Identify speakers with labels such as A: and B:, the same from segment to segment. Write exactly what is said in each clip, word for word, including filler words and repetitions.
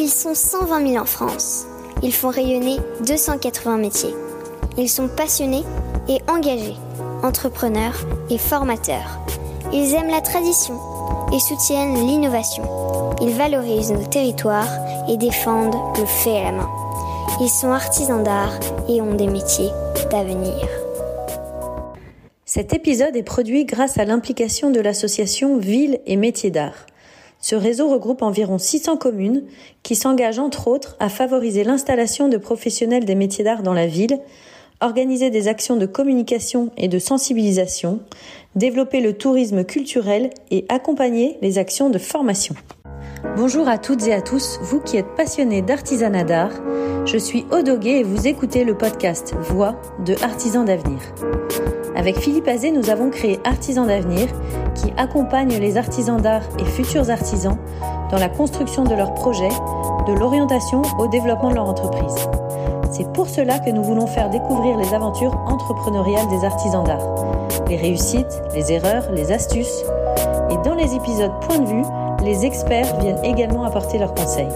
A: Ils sont cent vingt mille en France. Ils font rayonner deux cent quatre-vingts métiers. Ils sont passionnés et engagés, entrepreneurs et formateurs. Ils aiment la tradition et soutiennent l'innovation. Ils valorisent nos territoires et défendent le fait à la main. Ils sont artisans d'art et ont des métiers d'avenir.
B: Cet épisode est produit grâce à l'implication de l'association Villes et Métiers d'Art. Ce réseau regroupe environ six cents communes qui s'engagent entre autres à favoriser l'installation de professionnels des métiers d'art dans la ville, organiser des actions de communication et de sensibilisation, développer le tourisme culturel et accompagner les actions de formation. Bonjour à toutes et à tous, vous qui êtes passionnés d'artisanat d'art. Je suis Aude Auguet et vous écoutez le podcast Voix de Artisans d'avenir. Avec Philippe Azé, nous avons créé Artisans d'avenir qui accompagne les artisans d'art et futurs artisans dans la construction de leurs projets, de l'orientation au développement de leur entreprise. C'est pour cela que nous voulons faire découvrir les aventures entrepreneuriales des artisans d'art, les réussites, les erreurs, les astuces. Et dans les épisodes Point de vue, les experts viennent également apporter leurs conseils.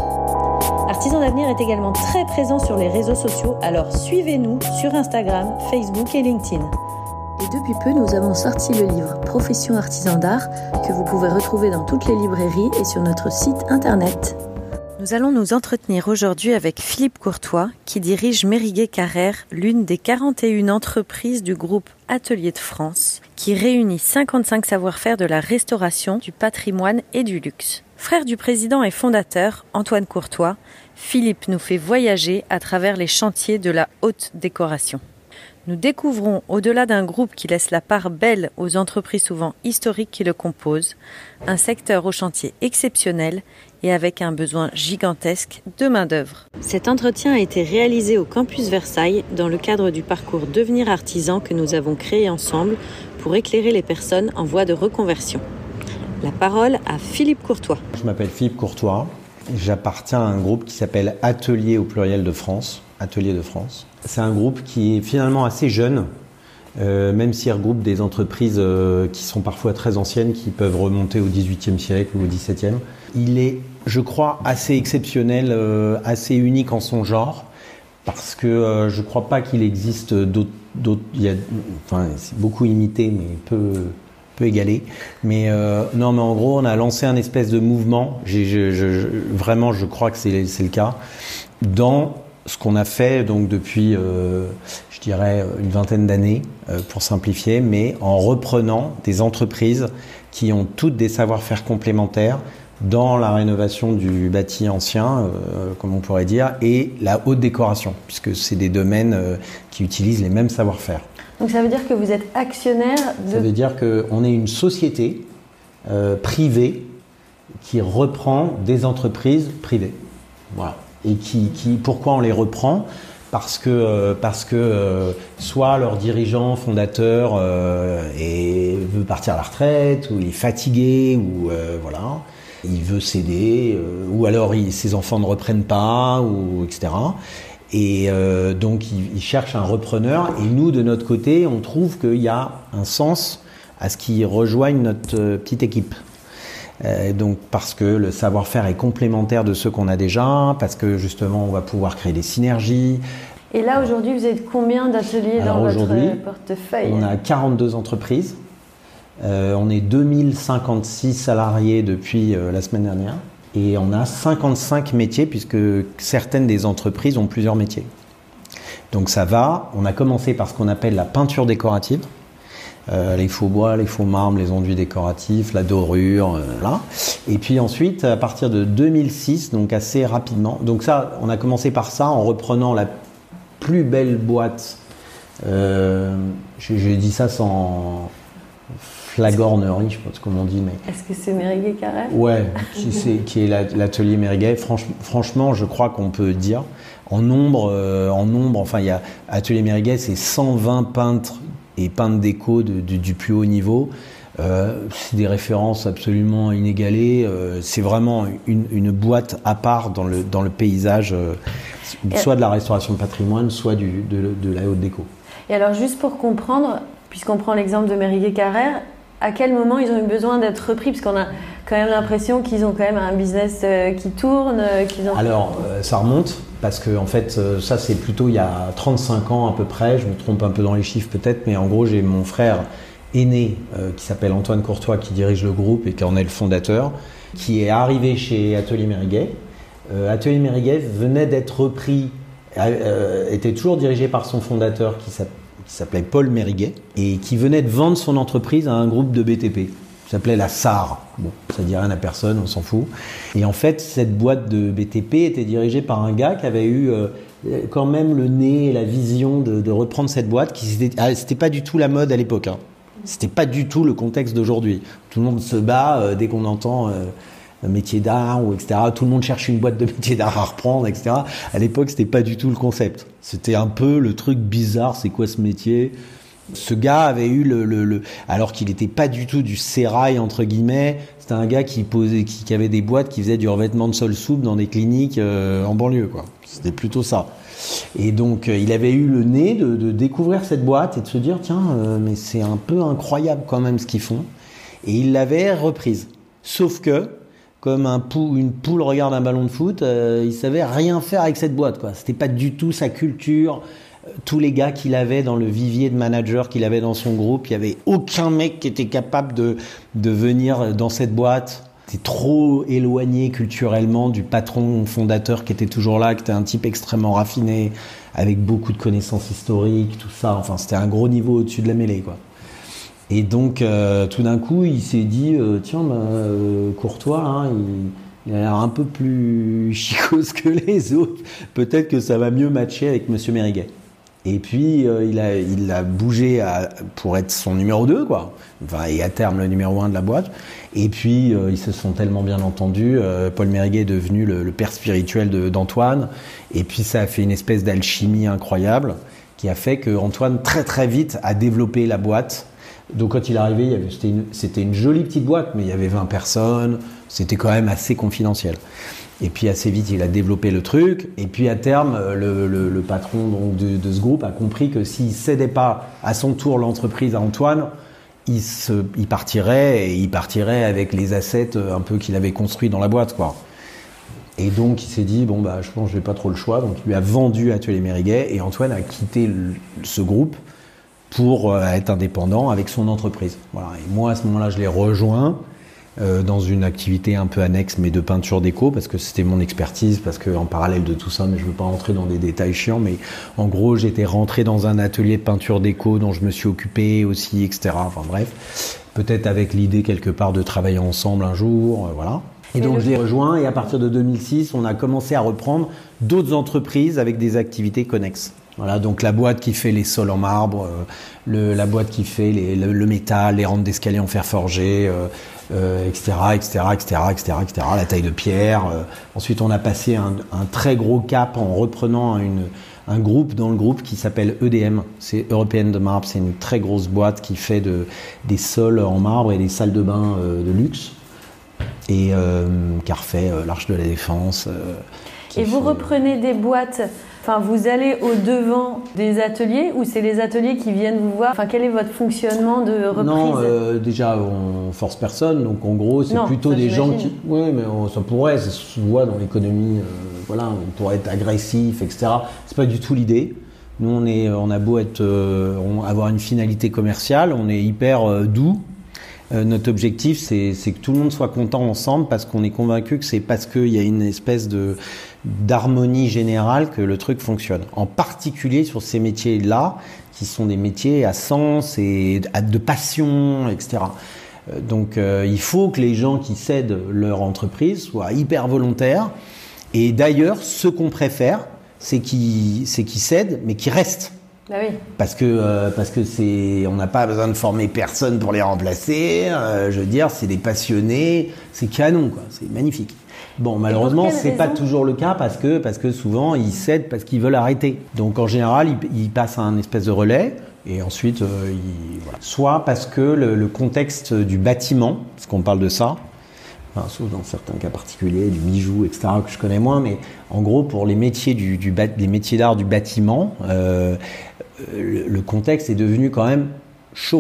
B: Artisans d'avenir est également très présent sur les réseaux sociaux, alors suivez-nous sur Instagram, Facebook et LinkedIn. Et depuis peu, nous avons sorti le livre Profession artisan d'art que vous pouvez retrouver dans toutes les librairies et sur notre site internet. Nous allons nous entretenir aujourd'hui avec Philippe Courtois qui dirige Mériguet Carrère, l'une des quarante et une entreprises du groupe Ateliers de France qui réunit cinquante-cinq savoir-faire de la restauration, du patrimoine et du luxe. Frère du président et fondateur Antoine Courtois, Philippe nous fait voyager à travers les chantiers de la haute décoration. Nous découvrons, au-delà d'un groupe qui laisse la part belle aux entreprises souvent historiques qui le composent, un secteur au chantier exceptionnel et avec un besoin gigantesque de main-d'œuvre. Cet entretien a été réalisé au campus Versailles dans le cadre du parcours Devenir artisan que nous avons créé ensemble pour éclairer les personnes en voie de reconversion. La parole à Philippe Courtois.
C: Je m'appelle Philippe Courtois. J'appartiens à un groupe qui s'appelle Ateliers au pluriel de France. Ateliers de France. C'est un groupe qui est finalement assez jeune, euh, même s'il regroupe des entreprises euh, qui sont parfois très anciennes, qui peuvent remonter au dix-huitième siècle ou au dix-septième. Il est, je crois, assez exceptionnel, euh, assez unique en son genre, parce que euh, je ne crois pas qu'il existe d'autres... d'autres il y a, enfin, c'est beaucoup imité, mais peu... peu égalé, mais euh, non, mais en gros, on a lancé un espèce de mouvement. J'ai, je, je, vraiment, je crois que c'est, c'est le cas dans ce qu'on a fait donc depuis, euh, je dirais, une vingtaine d'années, euh, pour simplifier, mais en reprenant des entreprises qui ont toutes des savoir-faire complémentaires dans la rénovation du bâti ancien, euh, comme on pourrait dire, et la haute décoration, puisque c'est des domaines euh, qui utilisent les mêmes savoir-faire.
B: Donc ça veut dire que vous êtes actionnaire de...
C: Ça veut dire qu'on est une société euh, privée qui reprend des entreprises privées. Voilà. Et qui, qui, pourquoi on les reprend ? Parce que, euh, parce que euh, soit leur dirigeant fondateur euh, est, veut partir à la retraite, ou il est fatigué, ou euh, voilà, il veut céder, euh, ou alors il, ses enfants ne reprennent pas, ou, et cetera. Et euh, donc, ils, ils cherchent un repreneur. Et nous, de notre côté, on trouve qu'il y a un sens à ce qu'ils rejoignent notre euh, petite équipe. Euh, donc, parce que le savoir-faire est complémentaire de ceux qu'on a déjà, parce que justement, on va pouvoir créer des synergies.
B: Et là, aujourd'hui, vous êtes combien d'ateliers
C: Alors,
B: dans votre portefeuille ?
C: On a quarante-deux entreprises. Euh, on est deux mille cinquante-six salariés depuis euh, la semaine dernière. Et on a cinquante-cinq métiers, puisque certaines des entreprises ont plusieurs métiers. Donc ça va, on a commencé par ce qu'on appelle la peinture décorative. Euh, les faux bois, les faux marbre, les enduits décoratifs, la dorure, euh, là. Et puis ensuite, à partir de deux mille six, donc assez rapidement, donc ça, on a commencé par ça en reprenant la plus belle boîte. Euh, j'ai, j'ai dit ça sans flagornerie, je ne sais pas comment on dit, mais...
B: Est-ce que c'est Mériguet Carrère ?
C: Ouais, qui, c'est, qui est l'atelier Mériguet. Franch, franchement, je crois qu'on peut dire, en nombre, euh, en nombre, enfin, il y a Atelier Mériguet, c'est cent vingt peintres et peintres déco de, de, du plus haut niveau. Euh, c'est des références absolument inégalées. Euh, c'est vraiment une, une boîte à part dans le, dans le paysage, euh, soit de la restauration de patrimoine, soit du, de, de la haute déco.
B: Et alors, juste pour comprendre, puisqu'on prend l'exemple de Mériguet Carrère, à quel moment ils ont eu besoin d'être repris? Parce qu'on a quand même l'impression qu'ils ont quand même un business euh, qui tourne. Euh, qu'ils ont...
C: Alors, euh, ça remonte, parce que en fait, euh, ça c'est plutôt il y a trente-cinq ans à peu près, je me trompe un peu dans les chiffres peut-être, mais en gros, j'ai mon frère aîné euh, qui s'appelle Antoine Courtois, qui dirige le groupe et qui en est le fondateur, qui est arrivé chez Atelier Mériguet. Euh, Atelier Mériguet venait d'être repris, euh, était toujours dirigé par son fondateur qui s'appelle qui s'appelait Paul Mériguet, et qui venait de vendre son entreprise à un groupe de B T P, qui s'appelait la S A R. Bon, ça dit rien à personne, on s'en fout. Et en fait, cette boîte de B T P était dirigée par un gars qui avait eu euh, quand même le nez et la vision de, de reprendre cette boîte, qui c'était, ah, c'était pas du tout la mode à l'époque. Hein. C'était pas du tout le contexte d'aujourd'hui. Tout le monde se bat euh, dès qu'on entend... Euh, métier d'art ou et cetera. Tout le monde cherche une boîte de métier d'art à reprendre, et cetera. À l'époque, c'était pas du tout le concept. C'était un peu le truc bizarre. C'est quoi ce métier? Ce gars avait eu le, le, le alors qu'il n'était pas du tout du sérail entre guillemets. C'était un gars qui posait, qui, qui avait des boîtes, qui faisait du revêtement de sol souple dans des cliniques euh, en banlieue, quoi. C'était plutôt ça. Et donc, euh, il avait eu le nez de, de découvrir cette boîte et de se dire tiens, euh, mais c'est un peu incroyable quand même ce qu'ils font. Et il l'avait reprise. Sauf que comme un pou, une poule regarde un ballon de foot, euh, il savait rien faire avec cette boîte, quoi. C'était pas du tout sa culture. Euh, tous les gars qu'il avait dans le vivier de managers qu'il avait dans son groupe, il y avait aucun mec qui était capable de, de venir dans cette boîte. C'était trop éloigné culturellement du patron fondateur qui était toujours là, qui était un type extrêmement raffiné, avec beaucoup de connaissances historiques, tout ça. Enfin, c'était un gros niveau au-dessus de la mêlée, quoi. Et donc, euh, tout d'un coup, il s'est dit euh, tiens, bah, euh, Courtois, hein, il, il a l'air un peu plus chicose que les autres. Peut-être que ça va mieux matcher avec Monsieur Mériguet. Et puis, euh, il, a, il a bougé à, pour être son numéro deux, quoi. Enfin, et à terme, le numéro un de la boîte. Et puis, euh, ils se sont tellement bien entendus. Euh, Paul Mériguet est devenu le, le père spirituel de, d'Antoine. Et puis, ça a fait une espèce d'alchimie incroyable qui a fait qu'Antoine, très très vite, a développé la boîte. Donc quand il est arrivé, il y avait, c'était, une, c'était une jolie petite boîte, mais il y avait vingt personnes, c'était quand même assez confidentiel. Et puis assez vite, il a développé le truc, et puis à terme, le, le, le patron donc, de, de ce groupe a compris que s'il ne cédait pas à son tour l'entreprise à Antoine, il, se, il partirait, et il partirait avec les assets un peu qu'il avait construits dans la boîte, quoi. Et donc il s'est dit, bon bah je pense que je n'ai pas trop le choix, donc il lui a vendu Atelier Mériguet, et Antoine a quitté le, ce groupe pour euh, être indépendant avec son entreprise. Voilà. Et moi, à ce moment-là, je l'ai rejoint euh, dans une activité un peu annexe, mais de peinture déco, parce que c'était mon expertise, parce qu'en parallèle de tout ça, mais je ne veux pas rentrer dans des détails chiants, mais en gros, j'étais rentré dans un atelier de peinture déco dont je me suis occupé aussi, et cetera. Enfin bref, peut-être avec l'idée quelque part de travailler ensemble un jour, euh, voilà. Et donc, je l'ai rejoint, et à partir de deux mille six, on a commencé à reprendre d'autres entreprises avec des activités connexes. Voilà, donc la boîte qui fait les sols en marbre, euh, le, la boîte qui fait les, le, le métal, les rampes d'escalier en fer forgé, euh, euh, et cetera, et cetera, et cetera, et cetera, et cetera, la taille de pierre. Euh. Ensuite, on a passé un, un très gros cap en reprenant une, un groupe dans le groupe qui s'appelle E D M. C'est European de Marble, c'est une très grosse boîte qui fait de, des sols en marbre et des salles de bain euh, de luxe. Et euh, qui a refait euh, l'Arche de la Défense. Euh,
B: et vous fait... reprenez des boîtes, enfin vous allez au devant des ateliers ou c'est les ateliers qui viennent vous voir? Enfin, quel est votre fonctionnement de reprise?
C: Non, euh, déjà on force personne, donc en gros c'est non, plutôt des gens qui... Oui, mais on, ça pourrait, ça se voit dans l'économie, euh, voilà, on pourrait être agressif, et cetera. C'est pas du tout l'idée. Nous on, est, on a beau être, euh, on, avoir une finalité commerciale, on est hyper euh, doux. Euh, notre objectif, c'est, c'est que tout le monde soit content ensemble parce qu'on est convaincu que c'est parce qu'il y a une espèce de, d'harmonie générale que le truc fonctionne. En particulier sur ces métiers-là, qui sont des métiers à sens et de passion, et cetera. Euh, donc, euh, il faut que les gens qui cèdent leur entreprise soient hyper volontaires. Et d'ailleurs, ce qu'on préfère, c'est qu'ils, c'est qu'ils cèdent, mais qu'ils restent.
B: Bah oui.
C: Parce que euh, parce que c'est, on n'a pas besoin de former personne pour les remplacer. Euh, je veux dire, c'est des passionnés, c'est canon, quoi. C'est magnifique. Bon, malheureusement, c'est raison? Pas toujours le cas parce que parce que souvent ils cèdent parce qu'ils veulent arrêter. Donc en général, ils, ils passent à un espèce de relais et ensuite, euh, ils, voilà. Soit parce que le, le contexte du bâtiment, parce qu'on parle de ça. Enfin, sauf dans certains cas particuliers, du bijou, et cetera, que je connais moins, mais en gros, pour les métiers, du, du, les métiers d'art du bâtiment, euh, le, le contexte est devenu quand même chaud.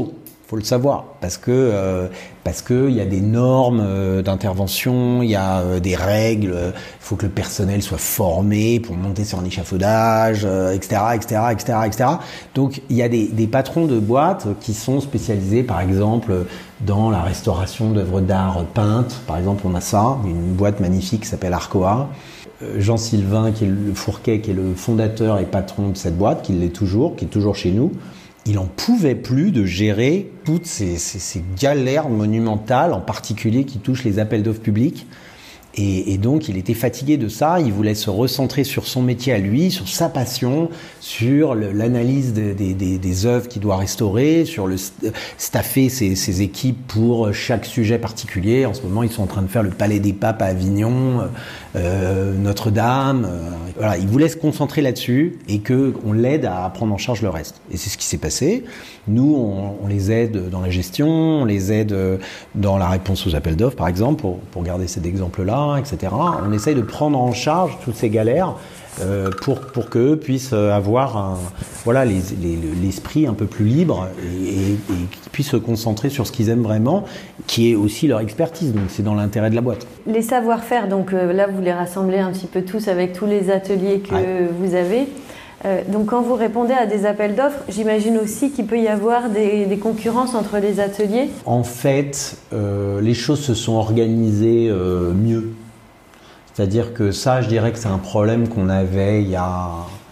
C: faut le savoir, parce que euh, parce que il y a des normes euh, d'intervention, il y a euh, des règles, il faut que le personnel soit formé pour monter sur un échafaudage, euh, et cetera, et cetera, et cetera, et cetera. Donc il y a des, des patrons de boîtes qui sont spécialisés, par exemple, dans la restauration d'œuvres d'art peintes. Par exemple, on a ça, une boîte magnifique qui s'appelle Arcoa. Jean Sylvain, qui est le Fourquet, qui est le fondateur et patron de cette boîte, qui l'est toujours, qui est toujours chez nous. Il n'en pouvait plus de gérer toutes ces, ces, ces galères monumentales, en particulier qui touchent les appels d'offres publics. Et, et donc, il était fatigué de ça. Il voulait se recentrer sur son métier à lui, sur sa passion, sur le, l'analyse des, des, des, des œuvres qu'il doit restaurer, sur le staffer ses, ses équipes pour chaque sujet particulier. En ce moment, ils sont en train de faire le Palais des Papes à Avignon, euh, Notre-Dame. Euh, voilà, il voulait se concentrer là-dessus et qu'on l'aide à prendre en charge le reste. Et c'est ce qui s'est passé. Nous, on, on les aide dans la gestion, on les aide dans la réponse aux appels d'offres, par exemple, pour, pour garder cet exemple-là, et cetera. On essaye de prendre en charge toutes ces galères euh, pour, pour qu'eux puissent avoir un, voilà, les, les, l'esprit un peu plus libre et, et, et qu'ils puissent se concentrer sur ce qu'ils aiment vraiment, qui est aussi leur expertise. Donc, c'est dans l'intérêt de la boîte.
B: Les savoir-faire, donc euh, là, vous les rassemblez un petit peu tous avec tous les ateliers que ouais. vous avez. Euh, donc quand vous répondez à des appels d'offres, j'imagine aussi qu'il peut y avoir des, des concurrences entre les ateliers.
C: En fait, euh, les choses se sont organisées euh, mieux. C'est-à-dire que ça, je dirais que c'est un problème qu'on avait il y a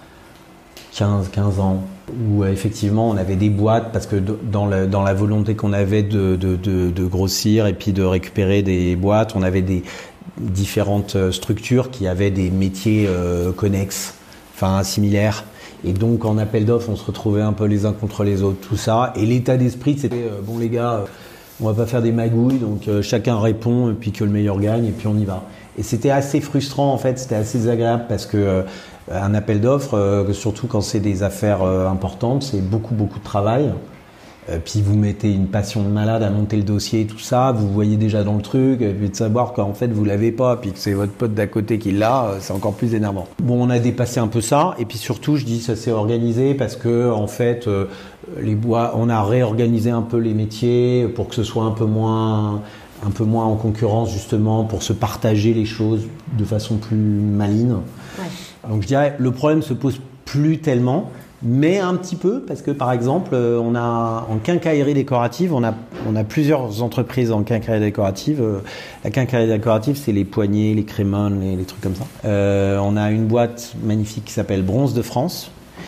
C: quinze, quinze ans, où euh, effectivement on avait des boîtes, parce que dans, le, dans la volonté qu'on avait de, de, de, de grossir et puis de récupérer des boîtes, on avait des différentes structures qui avaient des métiers euh, connexes. Enfin, similaire. Et donc, en appel d'offres, on se retrouvait un peu les uns contre les autres, tout ça. Et l'état d'esprit, c'était, euh, bon les gars, euh, on va pas faire des magouilles, donc euh, chacun répond, et puis que le meilleur gagne, et puis on y va. Et c'était assez frustrant, en fait, c'était assez désagréable, parce que euh, un appel d'offres, euh, surtout quand c'est des affaires euh, importantes, c'est beaucoup, beaucoup de travail. Euh, puis vous mettez une passion de malade à monter le dossier et tout ça, vous voyez déjà dans le truc, et puis de savoir qu'en fait vous l'avez pas, puis que c'est votre pote d'à côté qui l'a, euh, c'est encore plus énervant. Bon, on a dépassé un peu ça, et puis surtout, je dis ça s'est organisé parce que en fait, euh, les bois, on a réorganisé un peu les métiers pour que ce soit un peu moins, un peu moins en concurrence justement, pour se partager les choses de façon plus maligne. Ouais. Donc je dirais, le problème se pose plus tellement. Mais un petit peu, parce que par exemple, on a en quincaillerie décorative, on a, on a plusieurs entreprises en quincaillerie décorative. La quincaillerie décorative, c'est les poignées, les crémones, les, les trucs comme ça. Euh, on a une boîte magnifique qui s'appelle Bronze de France,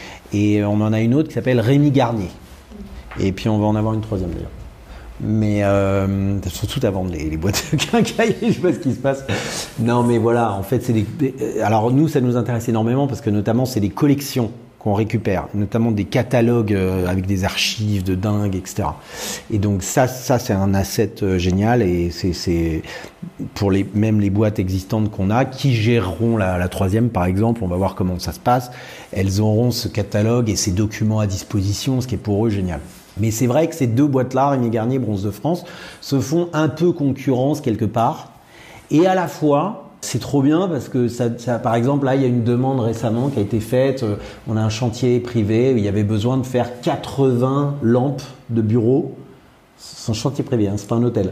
C: et on en a une autre qui s'appelle Rémi Garnier. Et puis on va en avoir une troisième d'ailleurs. Mais euh, elles sont toutes à vendre les, les boîtes de quincaillerie, je sais pas ce qui se passe. Non, mais voilà, en fait, c'est des. Alors nous, ça nous intéresse énormément parce que notamment, c'est des collections qu'on récupère, notamment des catalogues euh, avec des archives de dingue, et cetera. Et donc ça, ça c'est un asset euh, génial, et c'est, c'est pour les même les boîtes existantes qu'on a, qui géreront la, la troisième par exemple. On va voir comment ça se passe. Elles auront ce catalogue et ces documents à disposition, ce qui est pour eux génial. Mais c'est vrai que ces deux boîtes-là, Rémi Garnier, Bronze de France, se font un peu concurrence quelque part, et à la fois. C'est trop bien parce que ça, ça, par exemple, là, il y a une demande récemment qui a été faite. Euh, on a un chantier privé où il y avait besoin de faire quatre-vingts lampes de bureau. C'est un chantier privé, hein, c'est pas un hôtel.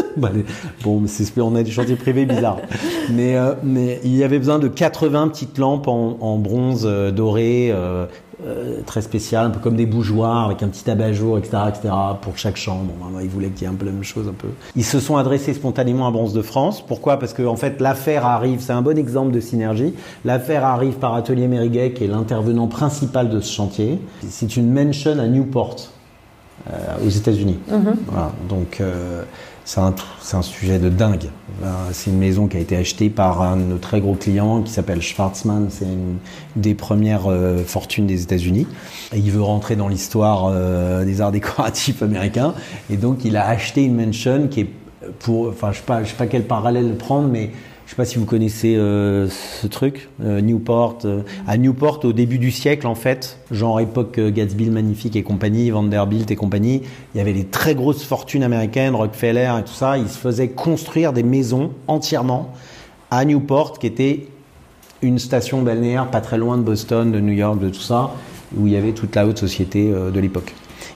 C: Bon, c'est, on a des chantiers privés bizarres. Mais, euh, mais il y avait besoin de quatre-vingts petites lampes en, en bronze euh, doré, euh, euh, très spécial, un peu comme des bougeoirs avec un petit abat-jour, et cetera, et cetera, pour chaque chambre. Bon, ils voulaient qu'il y ait un peu la même chose, un peu. Ils se sont adressés spontanément à Bronze de France. Pourquoi ? Parce que en fait, l'affaire arrive. C'est un bon exemple de synergie. L'affaire arrive par Atelier Mériguet, qui est l'intervenant principal de ce chantier. C'est une mansion à Newport, euh, aux États-Unis. Mm-hmm. Voilà. Donc euh, c'est un, c'est un sujet de dingue. C'est une maison qui a été achetée par un de nos très gros clients qui s'appelle Schwarzman. C'est une des premières euh, fortunes des États-Unis. Et il veut rentrer dans l'histoire euh, des arts décoratifs américains. Et donc, il a acheté une mansion qui est pour... Enfin, je ne sais pas, je sais pas quel parallèle prendre, mais je ne sais pas si vous connaissez euh, ce truc, euh, Newport. Euh, à Newport, au début du siècle, en fait, genre époque euh, Gatsby le Magnifique et compagnie, Vanderbilt et compagnie, il y avait les très grosses fortunes américaines, Rockefeller et tout ça. Ils se faisaient construire des maisons entièrement à Newport, qui était une station balnéaire pas très loin de Boston, de New York, de tout ça, où il y avait toute la haute société euh, de l'époque.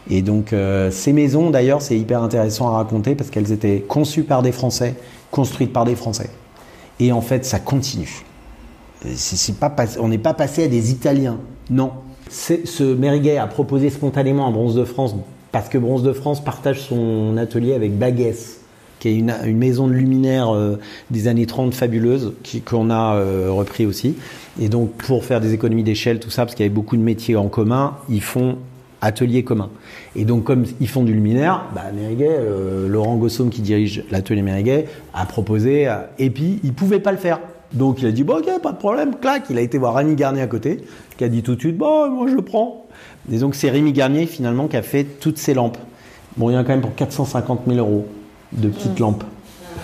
C: Et donc euh, ces maisons d'ailleurs c'est hyper intéressant à raconter parce qu'elles étaient conçues par des Français, construites par des Français. Et en fait ça continue. C'est, c'est pas, on n'est pas passé à des Italiens, non. C'est, ce Mériguet a proposé spontanément à Bronze de France parce que Bronze de France partage son atelier avec Baguès, qui est une, une maison de luminaires euh, des années trente fabuleuse, qui, qu'on a euh, repris aussi. Et donc, pour faire des économies d'échelle, tout ça, parce qu'il y avait beaucoup de métiers en commun, ils font atelier commun. Et donc, comme ils font du luminaire, bah, Mériguet, euh, Laurent Gossaume, qui dirige l'atelier Mériguet, a proposé, euh, et puis, il pouvait pas le faire. Donc, il a dit, bon, ok, pas de problème, clac. Il a été voir Rémi Garnier à côté, qui a dit tout de suite, bon, moi, je le prends. Et donc, c'est Rémi Garnier, finalement, qui a fait toutes ces lampes. Bon, il y en a quand même pour quatre cent cinquante mille euros. De petites mmh. lampes.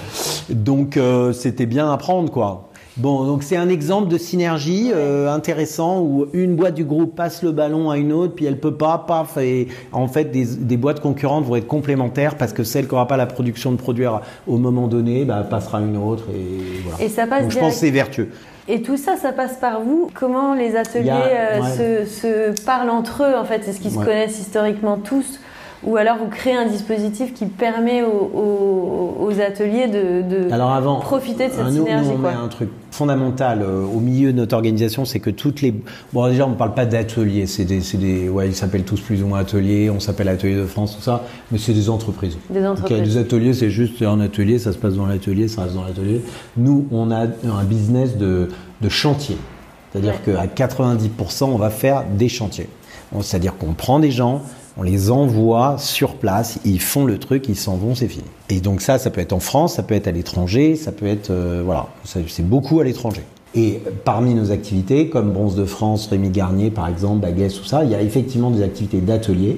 C: Donc euh, c'était bien à prendre, quoi. Bon, donc c'est un exemple de synergie euh, intéressant où une boîte du groupe passe le ballon à une autre, puis elle peut pas, paf. Et en fait, des, des boîtes concurrentes vont être complémentaires parce que celle qui n'aura pas la production de produire au moment donné, bah, passera à une autre. Et voilà.
B: Et ça passe.
C: Donc, je pense que c'est vertueux.
B: Et tout ça, ça passe par vous. Comment les ateliers a, euh, ouais. se, se parlent entre eux, en fait? Est-ce qu'ils ouais. se connaissent historiquement tous? Ou alors vous créez un dispositif qui permet aux, aux, aux ateliers de, de alors avant, profiter de cette
C: nous,
B: synergie.
C: Nous, on
B: quoi.
C: met un truc fondamental euh, au milieu de notre organisation, c'est que toutes les... Bon, déjà, on ne parle pas d'ateliers, c'est des, c'est des... Ouais, ils s'appellent tous plus ou moins ateliers, on s'appelle Atelier de France, tout ça, mais c'est des entreprises.
B: Des entreprises.
C: Okay, des ateliers, c'est juste un atelier, ça se passe dans l'atelier, ça reste dans l'atelier. Nous, on a un business de, de chantier. C'est-à-dire ouais. qu'à quatre-vingt-dix pour cent, on va faire des chantiers. C'est-à-dire qu'on prend des gens, on les envoie sur place, ils font le truc, ils s'en vont, c'est fini. Et donc ça, ça peut être en France, ça peut être à l'étranger, ça peut être... Euh, voilà, ça, c'est beaucoup à l'étranger. Et parmi nos activités, comme Bronze de France, Rémi Garnier par exemple, Baguès, tout ça, il y a effectivement des activités d'ateliers.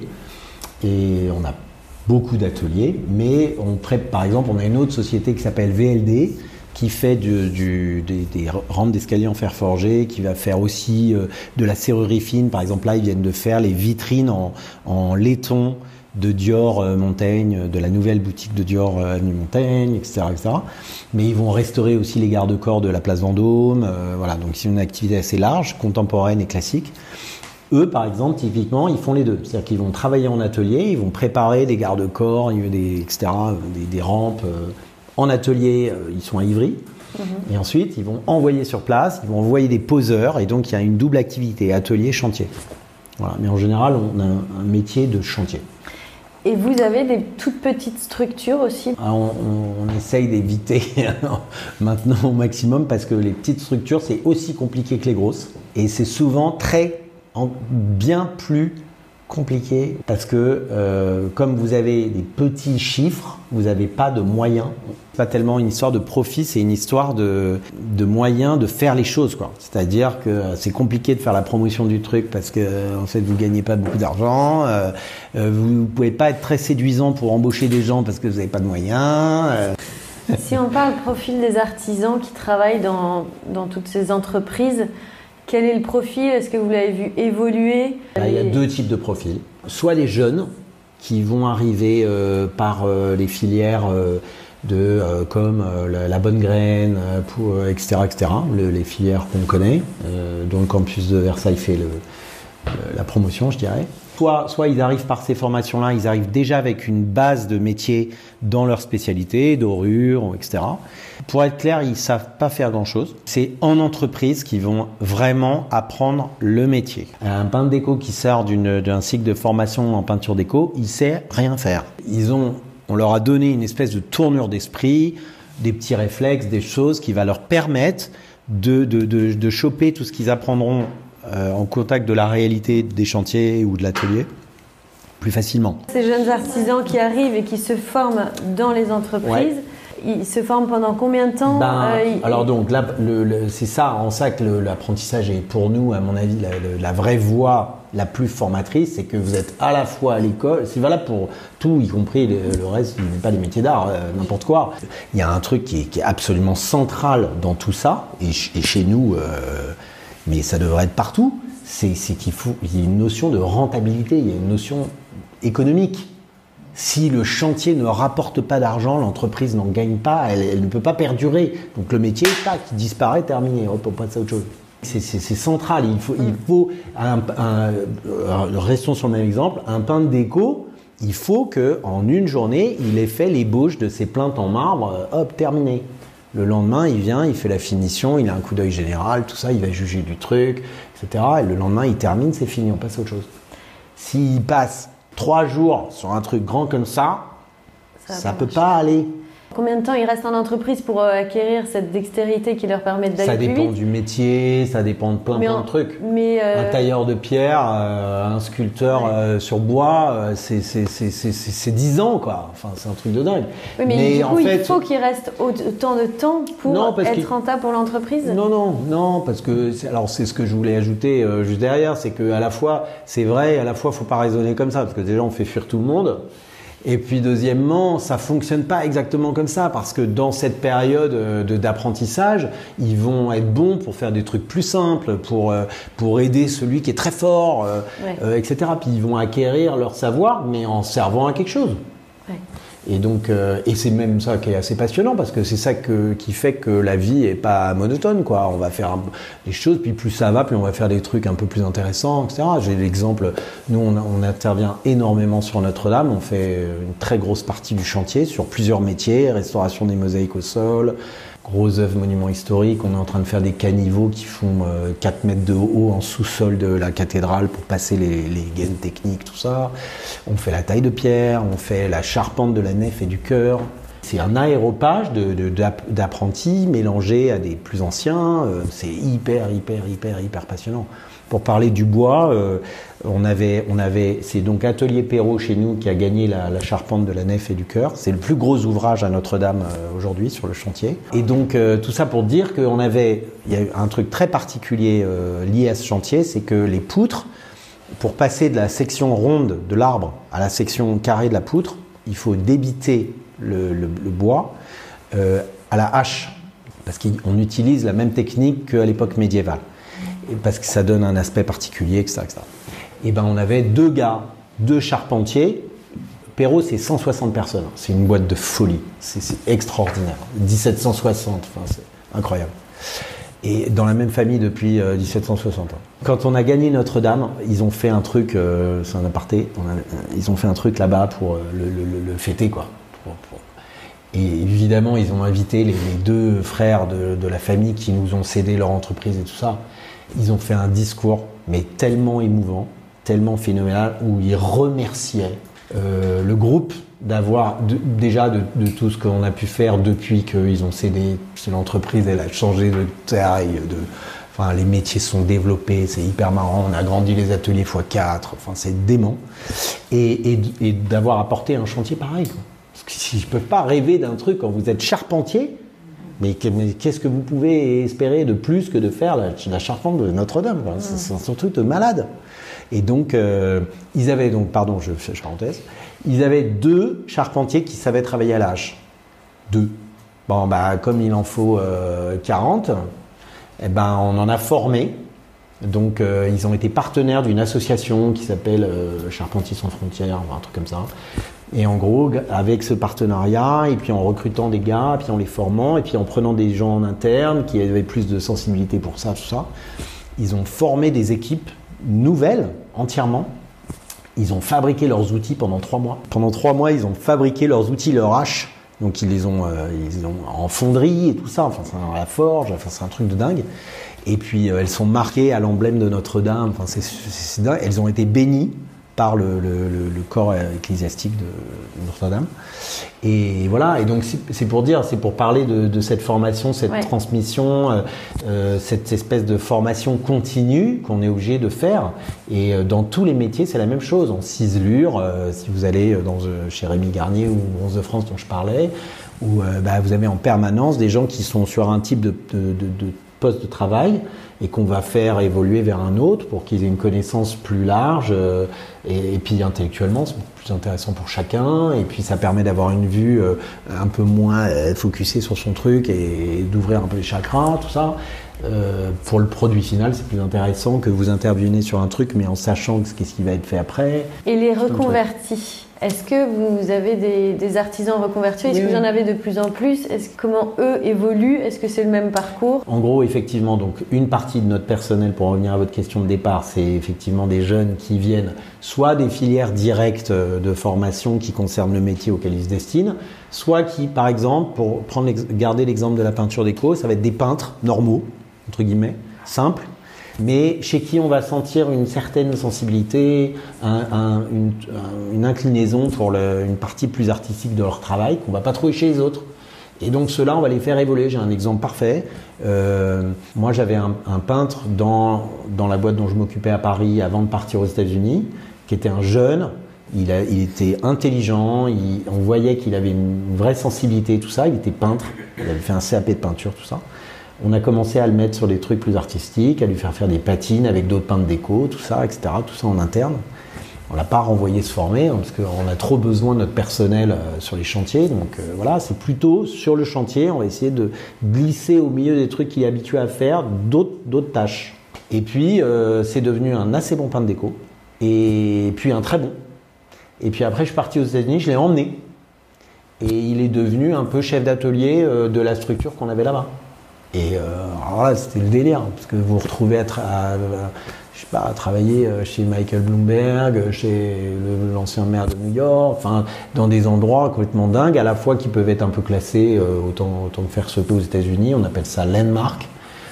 C: Et on a beaucoup d'ateliers, mais on prête, par exemple, on a une autre société qui s'appelle V L D, qui fait du, du, des, des rampes d'escalier en fer forgé, qui va faire aussi euh, de la serrurerie fine. Par exemple, là, ils viennent de faire les vitrines en, en laiton de Dior euh, Montaigne, de la nouvelle boutique de Dior euh, Avenue Montaigne, et cetera, et cetera. Mais ils vont restaurer aussi les garde-corps de la place Vendôme. Euh, voilà, donc c'est une activité assez large, contemporaine et classique. Eux, par exemple, typiquement, ils font les deux. C'est-à-dire qu'ils vont travailler en atelier, ils vont préparer des garde-corps, des, et cetera, des, des rampes. Euh, En atelier, euh, ils sont à Ivry. Mmh. Et ensuite, ils vont envoyer sur place, ils vont envoyer des poseurs. Et donc, il y a une double activité, atelier-chantier. Voilà. Mais en général, on a un, un métier de chantier.
B: Et vous avez des toutes petites structures aussi?
C: Ah, on, on, on essaye d'éviter maintenant au maximum parce que les petites structures, c'est aussi compliqué que les grosses. Et c'est souvent très, en, bien plus compliqué parce que euh, comme vous avez des petits chiffres, vous n'avez pas de moyens. C'est pas tellement une histoire de profit, c'est une histoire de, de moyens de faire les choses, quoi. C'est-à-dire que c'est compliqué de faire la promotion du truc parce que en fait vous gagnez pas beaucoup d'argent. Euh, euh, vous pouvez pas être très séduisant pour embaucher des gens parce que vous n'avez pas de moyens. Euh.
B: Si on parle profil des artisans qui travaillent dans, dans toutes ces entreprises, quel est le profil? Est-ce que vous l'avez vu évoluer?
C: Il y a deux types de profils. Soit les jeunes qui vont arriver euh, par euh, les filières euh, de, euh, comme euh, la, la bonne graine, euh, pour, euh, et cetera, et cetera. Le, les filières qu'on connaît, euh, dont le campus de Versailles fait le, le, la promotion, je dirais. Soit, soit ils arrivent par ces formations-là, ils arrivent déjà avec une base de métier dans leur spécialité, dorure, et cetera. Pour être clair, ils ne savent pas faire grand-chose. C'est en entreprise qu'ils vont vraiment apprendre le métier. Un peintre déco qui sort d'une, d'un cycle de formation en peinture déco, il ne sait rien faire. Ils ont, on leur a donné une espèce de tournure d'esprit, des petits réflexes, des choses qui va leur permettre de, de, de, de choper tout ce qu'ils apprendront Euh, en contact de la réalité des chantiers ou de l'atelier plus facilement.
B: Ces jeunes artisans qui arrivent et qui se forment dans les entreprises, ouais. Ils se forment pendant combien de temps?
C: ben,
B: euh, ils...
C: Alors donc là, le, le, c'est ça en ça que le, l'apprentissage est pour nous, à mon avis, la, la, la vraie voie la plus formatrice, c'est que vous êtes à la fois à l'école, c'est valable pour tout, y compris le, le reste, pas les métiers d'art, euh, n'importe quoi. Il y a un truc qui est, qui est absolument central dans tout ça, et, et chez nous, euh, mais ça devrait être partout, c'est, c'est qu'il faut, il y a une notion de rentabilité, il y a une notion économique. Si le chantier ne rapporte pas d'argent, l'entreprise n'en gagne pas, elle, elle ne peut pas perdurer. Donc le métier, tac, disparaît, terminé, hop, on passe à autre chose. C'est, c'est, c'est central, il faut, mmh. il faut un, un, un, restons sur le même exemple, un peintre déco, il faut qu'en une journée, il ait fait l'ébauche de ses plinthes en marbre, hop, terminé. Le lendemain, il vient, il fait la finition, il a un coup d'œil général, tout ça, il va juger du truc, et cetera. Et le lendemain, il termine, c'est fini, on passe à autre chose. S'il passe trois jours sur un truc grand comme ça, ça ne peut pas aller.
B: Combien de temps ils restent en entreprise pour euh, acquérir cette dextérité qui leur permet d'aller
C: ça
B: plus vite?
C: Ça dépend du métier, ça dépend de plein, plein en, de trucs.
B: Mais euh...
C: Un tailleur de pierre, euh, un sculpteur ouais. euh, sur bois, euh, c'est, c'est, c'est, c'est, c'est, c'est dix ans, quoi. Enfin, c'est un truc de dingue.
B: Oui, mais, mais du coup, en fait, il faut qu'il reste autant de temps pour non, être qu'il... rentable pour l'entreprise?
C: Non, non, non, parce que c'est, alors c'est ce que je voulais ajouter euh, juste derrière, c'est qu'à la fois, c'est vrai, à la fois, il ne faut pas raisonner comme ça, parce que déjà, on fait fuir tout le monde. Et puis deuxièmement, ça fonctionne pas exactement comme ça parce que dans cette période de, d'apprentissage, ils vont être bons pour faire des trucs plus simples, pour, pour aider celui qui est très fort, euh, ouais. euh, et cetera. Puis ils vont acquérir leur savoir, mais en servant à quelque chose. Ouais. Et donc, euh, et c'est même ça qui est assez passionnant parce que c'est ça que, qui fait que la vie est pas monotone, quoi. On va faire un, des choses, puis plus ça va, plus on va faire des trucs un peu plus intéressants, et cetera. J'ai l'exemple, nous on, on intervient énormément sur Notre-Dame, on fait une très grosse partie du chantier sur plusieurs métiers, restauration des mosaïques au sol, gros œuvres monuments historiques, on est en train de faire des caniveaux qui font euh, quatre mètres de haut en sous-sol de la cathédrale pour passer les, les gaines techniques, tout ça. On fait la taille de pierre, on fait la charpente de la nef et du chœur. C'est un aéropage de, de, d'apprentis mélangés à des plus anciens. Euh, c'est hyper, hyper, hyper, hyper passionnant. Pour parler du bois, euh, on avait, on avait, c'est donc Atelier Perrault chez nous qui a gagné la, la charpente de la nef et du chœur. C'est le plus gros ouvrage à Notre-Dame euh, aujourd'hui sur le chantier. Et donc euh, tout ça pour dire qu'on avait, il y a eu un truc très particulier euh, lié à ce chantier, c'est que les poutres, pour passer de la section ronde de l'arbre à la section carrée de la poutre, il faut débiter le, le, le bois euh, à la hache, parce qu'on utilise la même technique qu'à l'époque médiévale. Parce que ça donne un aspect particulier, et cetera, et cetera. Et ben on avait deux gars, deux charpentiers. Perrault, c'est cent soixante personnes. C'est une boîte de folie. C'est, c'est extraordinaire. dix-sept cent soixante, enfin, c'est incroyable. Et dans la même famille depuis euh, dix-sept cent soixante. Quand on a gagné Notre-Dame, ils ont fait un truc, euh, c'est un aparté, on a, ils ont fait un truc là-bas pour euh, le, le, le fêter, quoi. Pour, pour... Et évidemment, ils ont invité les, les deux frères de, de la famille qui nous ont cédé leur entreprise et tout ça. Ils ont fait un discours, mais tellement émouvant, tellement phénoménal, où ils remerciaient euh, le groupe d'avoir, de, déjà de, de tout ce qu'on a pu faire depuis qu'ils ont cédé. L'entreprise, elle a changé de taille, de, enfin, les métiers sont développés, c'est hyper marrant, on a grandi les ateliers fois quatre, enfin, c'est dément. Et, et, et d'avoir apporté un chantier pareil, quoi. Parce que si je ne peux pas rêver d'un truc quand vous êtes charpentier, mais qu'est-ce que vous pouvez espérer de plus que de faire la, la charpente de Notre-Dame, quoi. C'est, c'est un truc de malade. Et donc, euh, ils avaient donc, pardon, je fais parenthèse, ils avaient deux charpentiers qui savaient travailler à la hache. Deux. Bon, bah, comme il en faut euh, quarante, eh ben, on en a formé. Donc, euh, ils ont été partenaires d'une association qui s'appelle euh, Charpentiers sans frontières, un truc comme ça. Et en gros, avec ce partenariat, et puis en recrutant des gars, puis en les formant, et puis en prenant des gens en interne qui avaient plus de sensibilité pour ça, tout ça, ils ont formé des équipes nouvelles, entièrement. Ils ont fabriqué leurs outils pendant trois mois. Pendant trois mois, ils ont fabriqué leurs outils, leurs haches. Donc ils les ont, euh, ils ont en fonderie et tout ça, enfin c'est à la forge, enfin c'est un truc de dingue. Et puis euh, elles sont marquées à l'emblème de Notre-Dame, enfin c'est, c'est, c'est dingue. Elles ont été bénies par le, le, le, le corps ecclésiastique de Notre-Dame. Et voilà, et donc c'est, c'est pour dire, c'est pour parler de, de cette formation, cette ouais. transmission, euh, euh, cette espèce de formation continue qu'on est obligé de faire. Et euh, dans tous les métiers, c'est la même chose. En ciselure, euh, si vous allez dans, euh, chez Rémi Garnier ou Bronze de France dont je parlais, où euh, bah, vous avez en permanence des gens qui sont sur un type de, de, de, de poste de travail et qu'on va faire évoluer vers un autre pour qu'ils aient une connaissance plus large euh, et, et puis intellectuellement c'est plus intéressant pour chacun et puis ça permet d'avoir une vue euh, un peu moins euh, focusée sur son truc et, et d'ouvrir un peu les chakras, tout ça. Euh, pour le produit final, c'est plus intéressant que vous intervenez sur un truc mais en sachant qu'est-ce qui va être fait après.
B: Et les reconvertis, Est-ce que vous avez des, des artisans reconvertis? Est-ce oui, que vous en avez de plus en plus? Est-ce, comment eux évoluent? Est-ce que c'est le même parcours?
C: En gros, effectivement, donc une partie de notre personnel, pour revenir à votre question de départ, c'est effectivement des jeunes qui viennent soit des filières directes de formation qui concernent le métier auquel ils se destinent, soit qui, par exemple, pour prendre, garder l'exemple de la peinture déco, ça va être des peintres normaux, entre guillemets, simples, mais chez qui on va sentir une certaine sensibilité, un, un, une, une inclinaison pour le, une partie plus artistique de leur travail qu'on ne va pas trouver chez les autres. Et donc ceux-là, on va les faire évoluer. J'ai un exemple parfait. Euh, moi, j'avais un, un peintre dans, dans la boîte dont je m'occupais à Paris avant de partir aux États-Unis, qui était un jeune. Il, a, il était intelligent, il, on voyait qu'il avait une vraie sensibilité, tout ça. Il était peintre, il avait fait un C A P de peinture, tout ça. On a commencé à le mettre sur des trucs plus artistiques, à lui faire faire des patines avec d'autres peintres déco, tout ça, et cetera. Tout ça en interne. On ne l'a pas renvoyé se former, hein, parce qu'on a trop besoin de notre personnel euh, sur les chantiers. Donc euh, voilà, c'est plutôt sur le chantier, on va essayer de glisser au milieu des trucs qu'il est habitué à faire, d'autres, d'autres tâches. Et puis, euh, c'est devenu un assez bon peintre déco, et puis un très bon. Et puis après, je suis parti aux États-Unis, je l'ai emmené. Et il est devenu un peu chef d'atelier euh, de la structure qu'on avait là-bas. Et euh, alors là, c'était le délire, parce que vous vous retrouvez à, tra- à, à, je sais pas, à travailler chez Michael Bloomberg, chez le, l'ancien maire de New York, enfin, dans des endroits complètement dingues, à la fois qui peuvent être un peu classés, euh, autant, autant que faire ce peu aux États-Unis, on appelle ça landmark,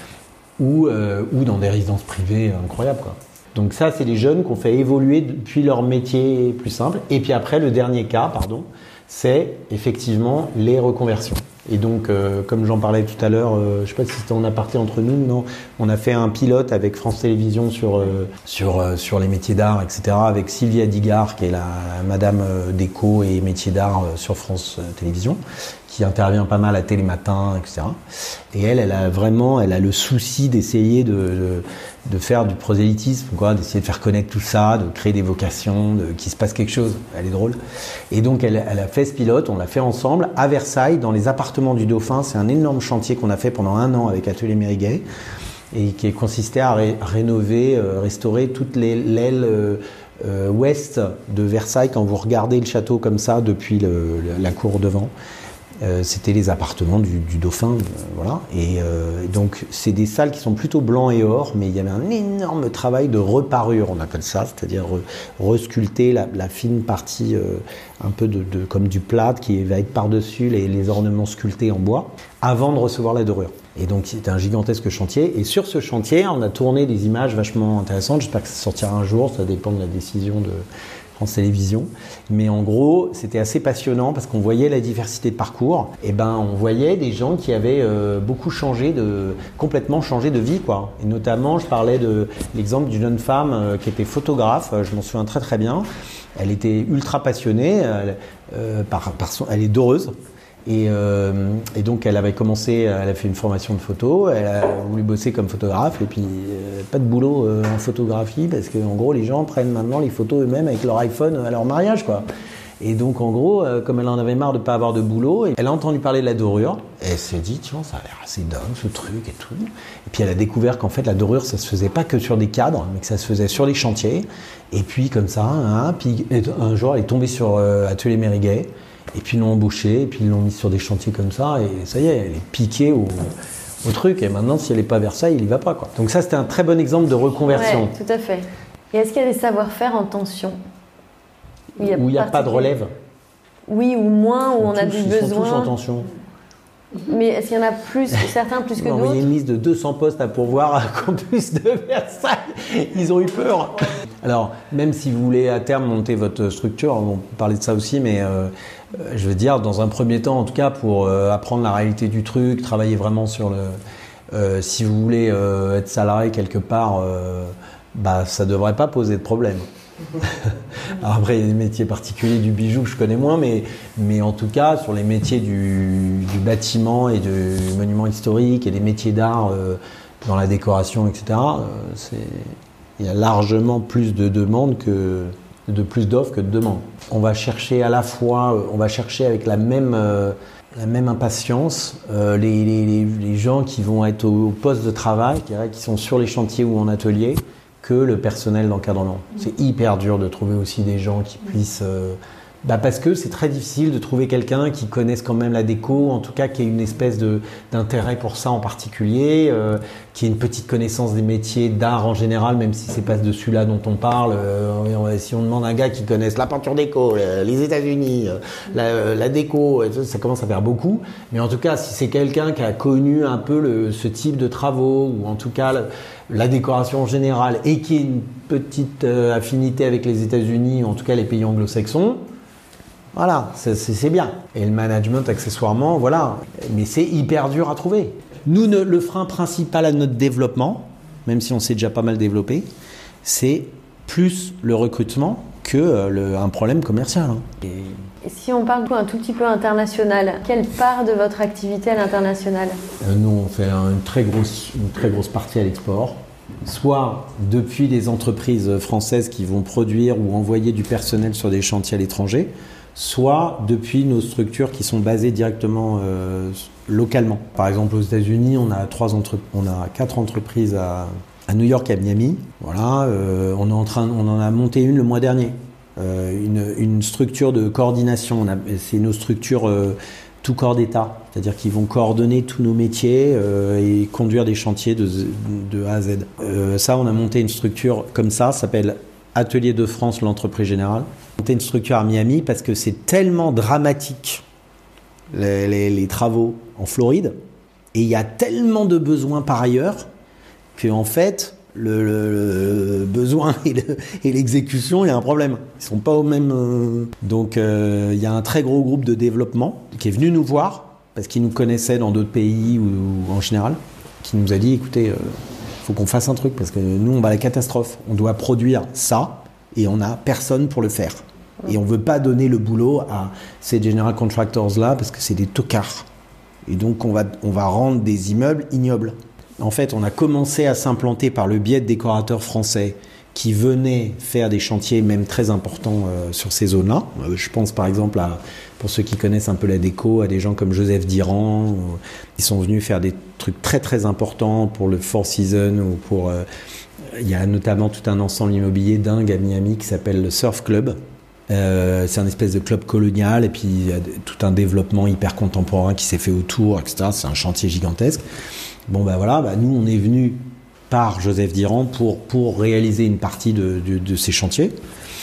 C: ou, euh, ou dans des résidences privées incroyables, quoi. Donc ça, c'est des jeunes qu'on fait évoluer depuis leur métier plus simple. Et puis après, le dernier cas, pardon, c'est effectivement les reconversions. Et donc, euh, comme j'en parlais tout à l'heure, euh, je ne sais pas si c'était en aparté entre nous, non, on a fait un pilote avec France Télévisions sur, euh, sur, euh, sur les métiers d'art, et cetera, avec Sylvia Digard, qui est la madame euh, déco et métiers d'art euh, sur France euh, Télévisions, qui intervient pas mal à Télématin, et cetera. Et elle, elle a vraiment, elle a le souci d'essayer de, de, de faire du prosélytisme, quoi, d'essayer de faire connaître tout ça, de créer des vocations, de, qu'il se passe quelque chose. Elle est drôle. Et donc, elle, elle a fait ce pilote, on l'a fait ensemble à Versailles, dans les appartements du Dauphin. C'est un énorme chantier qu'on a fait pendant un an avec Atelier Mériguet et qui consistait à ré, rénover, euh, restaurer toute les, l'aile euh, euh, ouest de Versailles quand vous regardez le château comme ça depuis le, le, la cour devant. Euh, c'était les appartements du, du Dauphin, euh, voilà. Et euh, donc c'est des salles qui sont plutôt blancs et or, mais il y avait un énorme travail de reparure, on appelle ça, c'est-à-dire re, resculpter la, la fine partie euh, un peu de, de, comme du plâtre qui va être par-dessus les, les ornements sculptés en bois, avant de recevoir la dorure. Et donc c'était un gigantesque chantier. Et sur ce chantier, on a tourné des images vachement intéressantes. J'espère que ça sortira un jour, ça dépend de la décision de France Télévisions. Mais en gros, c'était assez passionnant parce qu'on voyait la diversité de parcours. Et ben, on voyait des gens qui avaient euh, beaucoup changé de, complètement changé de vie, quoi. Et notamment, je parlais de l'exemple d'une jeune femme euh, qui était photographe. Je m'en souviens très très bien. Elle était ultra passionnée. Elle, euh, par, par son, elle est doreuse. Et, euh, et donc elle avait commencé, elle a fait une formation de photo, elle a voulu bosser comme photographe et puis euh, pas de boulot euh, en photographie parce qu'en gros les gens prennent maintenant les photos eux-mêmes avec leur iPhone à leur mariage, quoi. Et donc en gros, euh, comme elle en avait marre de pas avoir de boulot, elle a entendu parler de la dorure et elle s'est dit tiens, ça a l'air assez dingue ce truc et tout. Et puis elle a découvert qu'en fait la dorure ça se faisait pas que sur des cadres mais que ça se faisait sur les chantiers. Et puis comme ça, hein, puis un jour elle est tombée sur euh, Atelier Mériguet. Et puis ils l'ont embauchée, et puis ils l'ont mise sur des chantiers comme ça, et ça y est, elle est piquée au, au truc. Et maintenant, si elle n'est pas à Versailles, il n'y va pas, quoi. Donc ça, c'était un très bon exemple de reconversion.
B: Oui, tout à fait. Et est-ce qu'il y a des savoir-faire en tension?
C: Où il n'y a, a pas de relève?
B: Oui, ou moins, où on a des besoins.
C: Ils sont tous en tension.
B: Mais est-ce qu'il y en a plus, certains plus que non, d'autres?
C: Il y a une liste de deux cents postes à pourvoir à campus de Versailles. Ils ont eu peur. Alors, même si vous voulez à terme monter votre structure, on peut parler de ça aussi, mais euh, je veux dire, dans un premier temps, en tout cas, pour euh, apprendre la réalité du truc, travailler vraiment sur le... Euh, si vous voulez euh, être salarié quelque part, euh, bah, ça ne devrait pas poser de problème. Alors après, il y a des métiers particuliers du bijou que je connais moins, mais, mais en tout cas, sur les métiers du, du bâtiment et du monument historique et des métiers d'art euh, dans la décoration, et cetera, euh, c'est, il y a largement plus de demandes que de plus d'offres que de demandes. On va chercher à la fois, on va chercher avec la même, euh, la même impatience euh, les, les, les gens qui vont être au, au poste de travail, qui sont sur les chantiers ou en atelier, que le personnel d'encadrement. C'est hyper dur de trouver aussi des gens qui puissent euh, Bah parce que c'est très difficile de trouver quelqu'un qui connaisse quand même la déco, en tout cas qui ait une espèce de, d'intérêt pour ça en particulier, euh, qui ait une petite connaissance des métiers d'art en général, même si c'est pas de celui-là dont on parle. Euh, si on demande à un gars qui connaisse la peinture déco, les États-Unis, la, la déco, ça commence à faire beaucoup. Mais en tout cas, si c'est quelqu'un qui a connu un peu le, ce type de travaux, ou en tout cas le, la décoration en général, et qui a une petite euh, affinité avec les États-Unis, ou en tout cas les pays anglo-saxons, voilà, c'est, c'est, c'est bien. Et le management, accessoirement, voilà. Mais c'est hyper dur à trouver. Nous, ne, le frein principal à notre développement, même si on s'est déjà pas mal développé, c'est plus le recrutement que euh, le, un problème commercial. Hein. Et...
B: Et si on parle un tout petit peu international, quelle part de votre activité à l'international ?
C: euh, Nous, on fait une très grosse, une très grosse partie à l'export. Soit depuis des entreprises françaises qui vont produire ou envoyer du personnel sur des chantiers à l'étranger, soit depuis nos structures qui sont basées directement euh, localement. Par exemple, aux États-Unis, on a trois entre... on a quatre entreprises à, à New York et à Miami. Voilà, euh, on est en train, on en a monté une le mois dernier. Euh, une, une structure de coordination. On a, c'est nos structures euh, tout corps d'État, c'est-à-dire qu'ils vont coordonner tous nos métiers euh, et conduire des chantiers de, de A à Z. Euh, ça, on a monté une structure comme ça, ça s'appelle Atelier de France, l'entreprise générale. On a monté une structure à Miami parce que c'est tellement dramatique les, les, les travaux en Floride et il y a tellement de besoins par ailleurs qu'en fait, le, le, le besoin et, le, et l'exécution, il y a un problème. Ils sont pas au même... Euh... Donc, euh, il y a un très gros groupe de développement qui est venu nous voir parce qu'ils nous connaissaient dans d'autres pays ou, ou en général, qui nous a dit, écoutez, il euh, faut qu'on fasse un truc parce que nous, on va à la catastrophe. On doit produire ça et on n'a personne pour le faire. Et on veut pas donner le boulot à ces general contractors-là parce que c'est des tocards. Et donc, on va, on va rendre des immeubles ignobles. En fait, on a commencé à s'implanter par le biais de décorateurs français qui venaient faire des chantiers même très importants euh, sur ces zones-là. Euh, je pense par exemple, à, pour ceux qui connaissent un peu la déco, à des gens comme Joseph Diran. Euh, ils sont venus faire des trucs très très importants pour le Four Seasons ou pour... Euh, il y a notamment tout un ensemble immobilier dingue à Miami qui s'appelle le Surf Club. Euh, c'est un espèce de club colonial et puis il y a tout un développement hyper contemporain qui s'est fait autour, et cetera. C'est un chantier gigantesque. Bon ben voilà, bah nous on est venu par Joseph Diran pour, pour réaliser une partie de, de, de ces chantiers.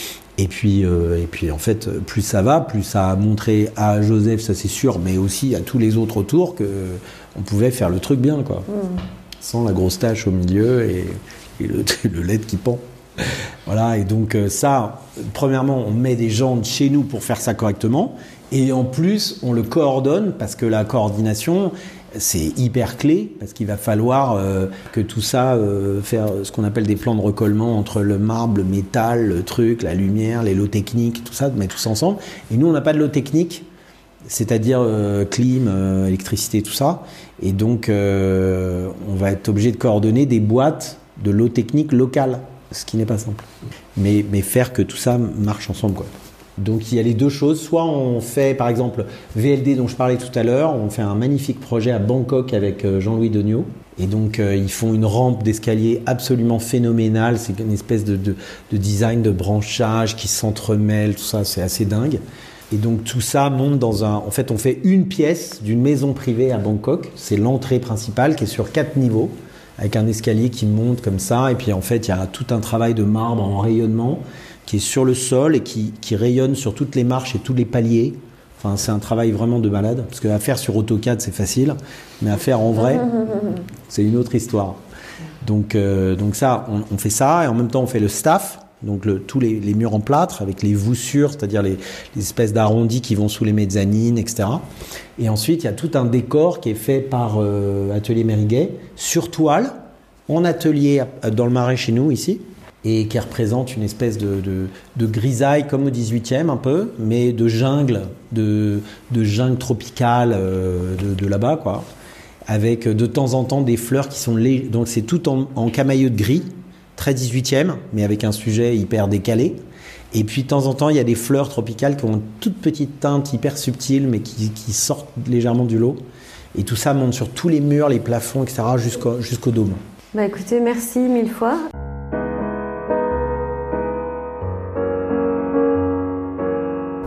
C: Et puis, euh, et puis en fait, plus ça va, plus ça a montré à Joseph, ça c'est sûr, mais aussi à tous les autres autour qu'on pouvait faire le truc bien, quoi. Mmh. Sans la grosse tache au milieu et, et le, le L E D qui pend. Voilà, et donc ça, premièrement, on met des gens de chez nous pour faire ça correctement. Et en plus, on le coordonne parce que la coordination... c'est hyper clé parce qu'il va falloir euh, que tout ça, euh, faire ce qu'on appelle des plans de recollement entre le marbre, le métal, le truc, la lumière, les lots techniques, tout ça, de mettre tout ça ensemble. Et nous, on n'a pas de lot technique, c'est-à-dire euh, clim, euh, électricité, tout ça. Et donc, euh, on va être obligé de coordonner des boîtes de lot technique locales, ce qui n'est pas simple. Mais, mais faire que tout ça marche ensemble, quoi. Donc il y a les deux choses, soit on fait par exemple V L D dont je parlais tout à l'heure, on fait un magnifique projet à Bangkok avec Jean-Louis Degnaud et donc euh, ils font une rampe d'escalier absolument phénoménale, c'est une espèce de, de, de design de branchage qui s'entremêle, tout ça c'est assez dingue. Et donc tout ça monte dans un... En fait on fait une pièce d'une maison privée à Bangkok, c'est l'entrée principale qui est sur quatre niveaux avec un escalier qui monte comme ça et puis en fait il y a tout un travail de marbre en rayonnement qui est sur le sol et qui, qui rayonne sur toutes les marches et tous les paliers. Enfin, c'est un travail vraiment de malade, parce qu'à faire sur AutoCAD, c'est facile, mais à faire en vrai, c'est une autre histoire. Donc, euh, donc ça, on, on fait ça, et en même temps, on fait le staff, donc le, tous les, les murs en plâtre, avec les voussures, c'est-à-dire les, les espèces d'arrondis qui vont sous les mezzanines, et cetera. Et ensuite, il y a tout un décor qui est fait par euh, Atelier Mériguet, sur toile, en atelier dans le Marais chez nous, ici, et qui représente une espèce de, de, de grisaille comme au dix-huitième un peu, mais de jungle, de, de jungle tropicale euh, de, de là-bas, quoi, avec de temps en temps des fleurs qui sont légères. Donc c'est tout en, en camailleux de gris, très dix-huitième, mais avec un sujet hyper décalé. Et puis de temps en temps, il y a des fleurs tropicales qui ont une toute petite teinte hyper subtile, mais qui, qui sortent légèrement du lot. Et tout ça monte sur tous les murs, les plafonds, et cetera, jusqu'au, jusqu'au dôme.
B: Bah écoutez, merci mille fois.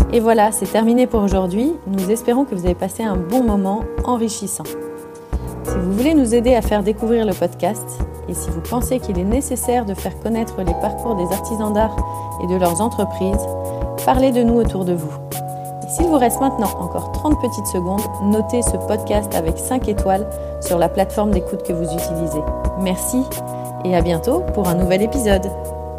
B: Et voilà, c'est terminé pour aujourd'hui. Nous espérons que vous avez passé un bon moment enrichissant. Si vous voulez nous aider à faire découvrir le podcast et si vous pensez qu'il est nécessaire de faire connaître les parcours des artisans d'art et de leurs entreprises, parlez de nous autour de vous. Et s'il vous reste maintenant encore trente petites secondes, notez ce podcast avec cinq étoiles sur la plateforme d'écoute que vous utilisez. Merci et à bientôt pour un nouvel épisode.